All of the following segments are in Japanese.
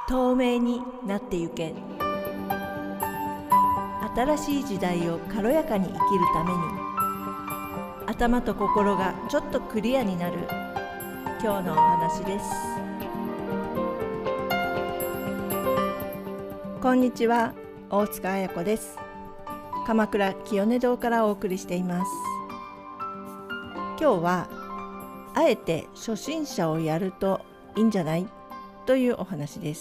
透明になってゆけ。新しい時代を軽やかに生きるために、頭と心がちょっとクリアになる今日のお話です。こんにちは、大塚彩子です。鎌倉清音堂からお送りしています。今日はあえて初心者をやるといいんじゃないというお話です。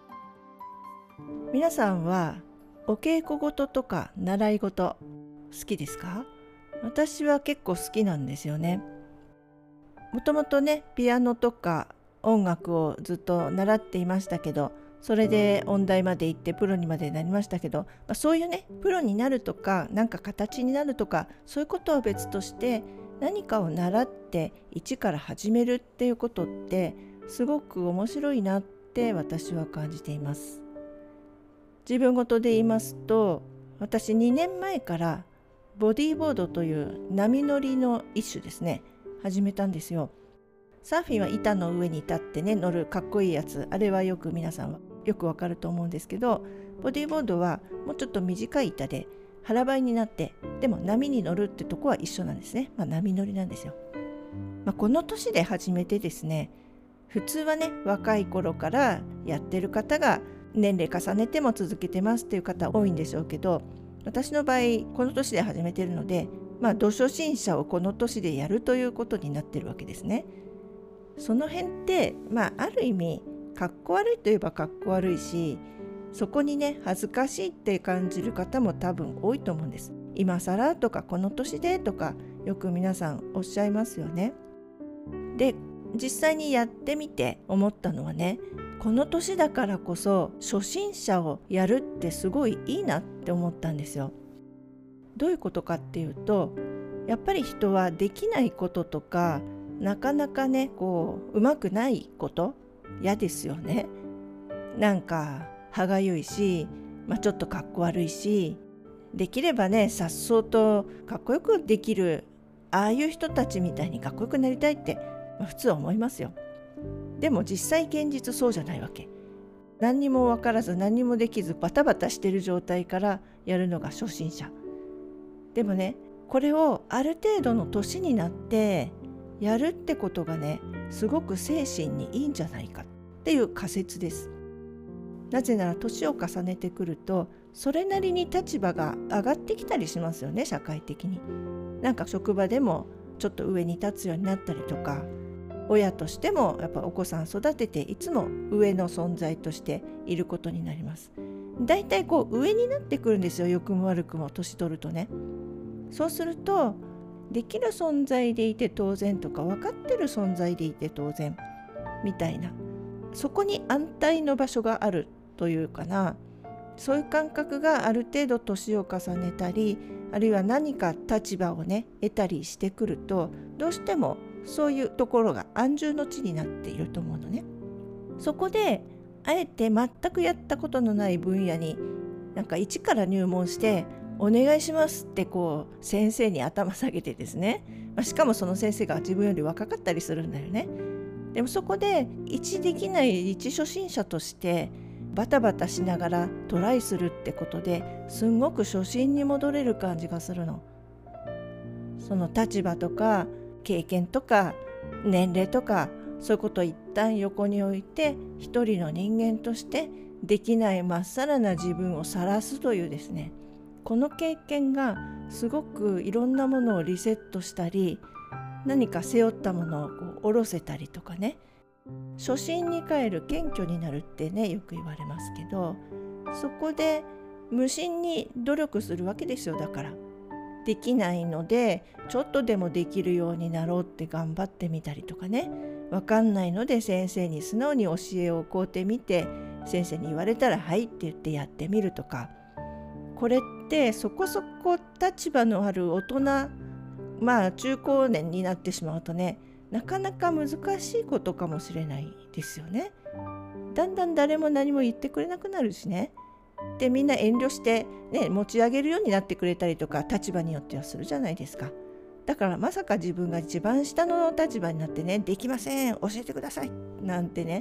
皆さんはお稽古事とか習い事好きですか？私は結構好きなんですよね。もともとね、ピアノとか音楽をずっと習っていましたけど、それで音大まで行ってプロにまでなりましたけど、そういうね、プロになるとかなんか形になるとか、そういうことは別として、何かを習って一から始めるっていうことってすごく面白いなって私は感じています。自分事で言いますと、私2年前からボディーボードという波乗りの一種ですね、始めたんですよ。サーフィンは板の上に立ってね、乗るかっこいいやつ、あれはよく皆さんはよくわかると思うんですけど、ボディーボードはもうちょっと短い板で腹ばいになって、でも波に乗るってとこは一緒なんですね。波乗りなんですよ。この年で始めてですね、普通はね、若い頃からやってる方が年齢重ねても続けてますっていう方多いんでしょうけど、私の場合この年で始めてるので、ど初心者をこの年でやるということになってるわけですね。その辺ってある意味かっこ悪いといえばかっこ悪いし、そこにね、恥ずかしいって感じる方も多分多いと思うんです。今更とかこの年でとかよく皆さんおっしゃいますよね。で、実際にやってみて思ったのはね、この年だからこそ初心者をやるってすごいいいなって思ったんですよ。どういうことかっていうと、やっぱり人はできないこととか、なかなかね、うまくないこと嫌ですよね。なんか歯がゆいし、ちょっとかっこ悪いし、できればね、さっそうとかっこよくできる、ああいう人たちみたいにかっこよくなりたいって、普通は思いますよ。でも実際現実そうじゃないわけ。何にも分からず何にもできずバタバタしてる状態からやるのが初心者。でもね、これをある程度の年になってやるってことがね、すごく精神にいいんじゃないかっていう仮説です。なぜなら年を重ねてくると、それなりに立場が上がってきたりしますよね、社会的に。なんか職場でもちょっと上に立つようになったりとか、親としてもやっぱお子さん育てていつも上の存在としていることになります。だいたい上になってくるんですよ、良くも悪くも年取るとね。そうすると、できる存在でいて当然とか、分かってる存在でいて当然みたいな、そこに安泰の場所があるというかな、そういう感覚がある程度年を重ねたり、あるいは何か立場をね得たりしてくると、どうしてもそういうところが安住の地になっていると思うのね。そこであえて全くやったことのない分野になんか一から入門してお願いしますって先生に頭下げてですね、しかもその先生が自分より若かったりするんだよね。でもそこで一できない一初心者としてバタバタしながらトライするってことですんごく初心に戻れる感じがするの。その立場とか経験とか年齢とか、そういうことを一旦横に置いて、一人の人間としてできないまっさらな自分を晒すというですね、この経験がすごくいろんなものをリセットしたり、何か背負ったものを下ろせたりとかね、初心に帰る謙虚になるってね、よく言われますけど、そこで無心に努力するわけですよ。だからできないのでちょっとでもできるようになろうって頑張ってみたりとかね、分かんないので先生に素直に教えを請うてみて、先生に言われたらはいって言ってやってみるとか、これってそこそこ立場のある大人、中高年になってしまうとね、なかなか難しいことかもしれないですよね。だんだん誰も何も言ってくれなくなるしね。で、みんな遠慮して、持ち上げるようになってくれたりとか、立場によってはするじゃないですか。だからまさか自分が一番下の立場になってね、できません、教えてくださいなんてね、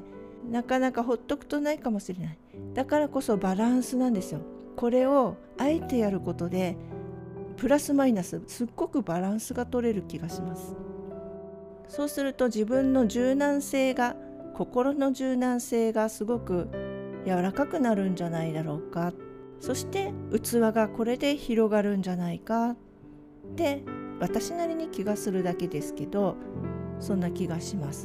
なかなかほっとくとないかもしれない。だからこそバランスなんですよ。これをあえてやることでプラスマイナスすっごくバランスが取れる気がします。そうすると自分の柔軟性が、心の柔軟性がすごく柔らかくなるんじゃないだろうか。そして器がこれで広がるんじゃないかって私なりに気がするだけですけど、そんな気がします。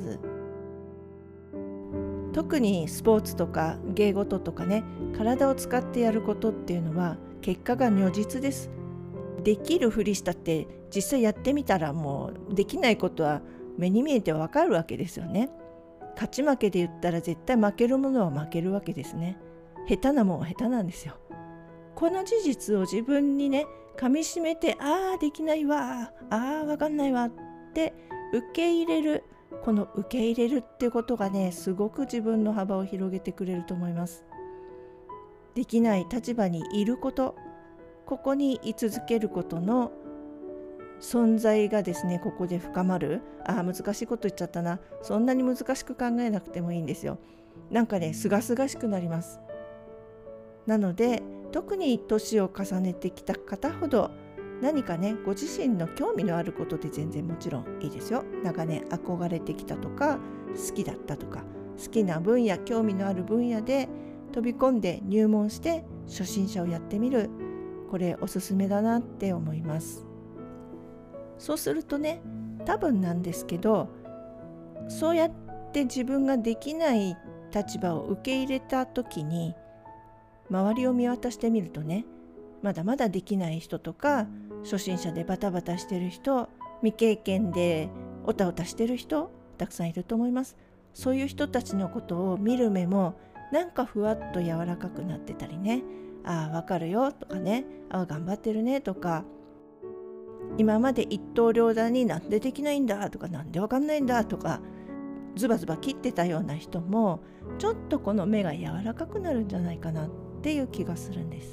特にスポーツとか芸事とかね、体を使ってやることっていうのは結果が如実です。できるふりしたって実際やってみたらもうできないことは目に見えてわかるわけですよね。勝ち負けで言ったら絶対負けるものは負けるわけですね。下手なもんは下手なんですよ。この事実を自分にね噛みしめて、ああできないわ、ああわかんないわって受け入れる、この受け入れるっていうことがね、すごく自分の幅を広げてくれると思います。できない立場にいること、ここに居続けることの存在がですね、ここで深まる。難しいこと言っちゃったな。そんなに難しく考えなくてもいいんですよ。なんかね、すがすがしくなります。なので特に年を重ねてきた方ほど、何かねご自身の興味のあることで全然もちろんいいですよ。長年憧れてきたとか好きだったとか、好きな分野、興味のある分野で飛び込んで入門して初心者をやってみる、これおすすめだなって思います。そうするとね、多分なんですけど、そうやって自分ができない立場を受け入れた時に、周りを見渡してみるとね、まだまだできない人とか、初心者でバタバタしてる人、未経験でオタオタしてる人たくさんいると思います。そういう人たちのことを見る目もなんかふわっと柔らかくなってたりね、わかるよとかね、頑張ってるねとか、今まで一刀両断になんでできないんだとか、なんでわかんないんだとかズバズバ切ってたような人も、ちょっとこの目が柔らかくなるんじゃないかなっていう気がするんです。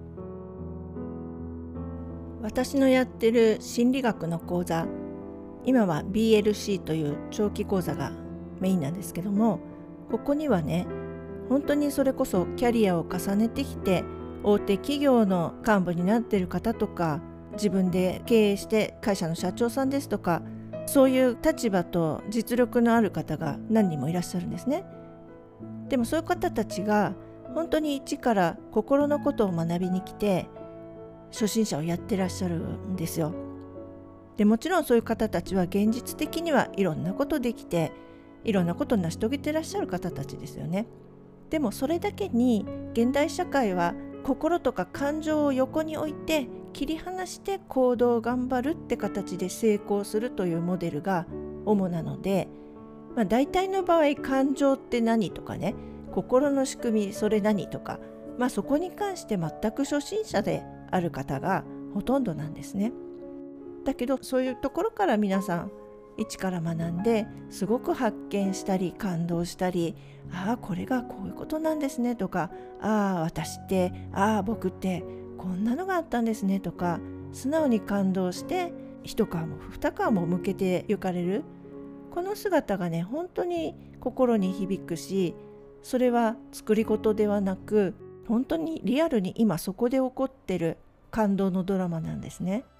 私のやってる心理学の講座、今は BLC という長期講座がメインなんですけども、ここにはね、本当にそれこそキャリアを重ねてきて大手企業の幹部になっている方とか、自分で経営して会社の社長さんですとか、そういう立場と実力のある方が何人もいらっしゃるんですね。でもそういう方たちが本当に一から心のことを学びに来て初心者をやってらっしゃるんですよ。でもちろんそういう方たちは現実的にはいろんなことできて、いろんなことを成し遂げてらっしゃる方たちですよね。でもそれだけに現代社会は心とか感情を横に置いて切り離して行動を頑張るって形で成功するというモデルが主なので、大体の場合感情って何とかね、心の仕組みそれ何とか、そこに関して全く初心者である方がほとんどなんですね。だけどそういうところから皆さん一から学んですごく発見したり感動したり、これがこういうことなんですねとか、私って僕ってこんなのがあったんですねとか、素直に感動して一皮も二皮も向けてゆかれる、この姿がね本当に心に響くし、それは作り事ではなく本当にリアルに今そこで起こってる感動のドラマなんですね。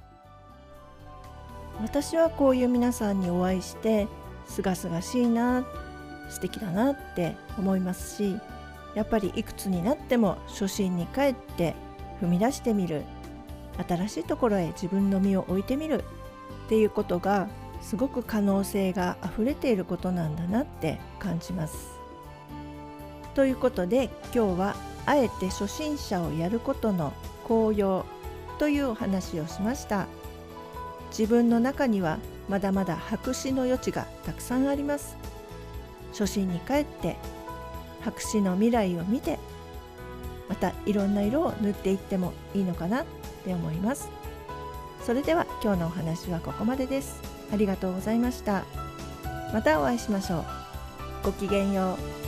私はこういう皆さんにお会いしてすがすがしいな、素敵だなって思いますし、やっぱりいくつになっても初心に帰って踏み出してみる、新しいところへ自分の身を置いてみるっていうことがすごく可能性があふれていることなんだなって感じます。ということで今日はあえて初心者をやることの効用というお話をしました。自分の中にはまだまだ白紙の余地がたくさんあります。初心に帰って白紙の未来を見て、またいろんな色を塗っていってもいいのかなって思います。それでは今日のお話はここまでです。ありがとうございました。またお会いしましょう。ごきげんよう。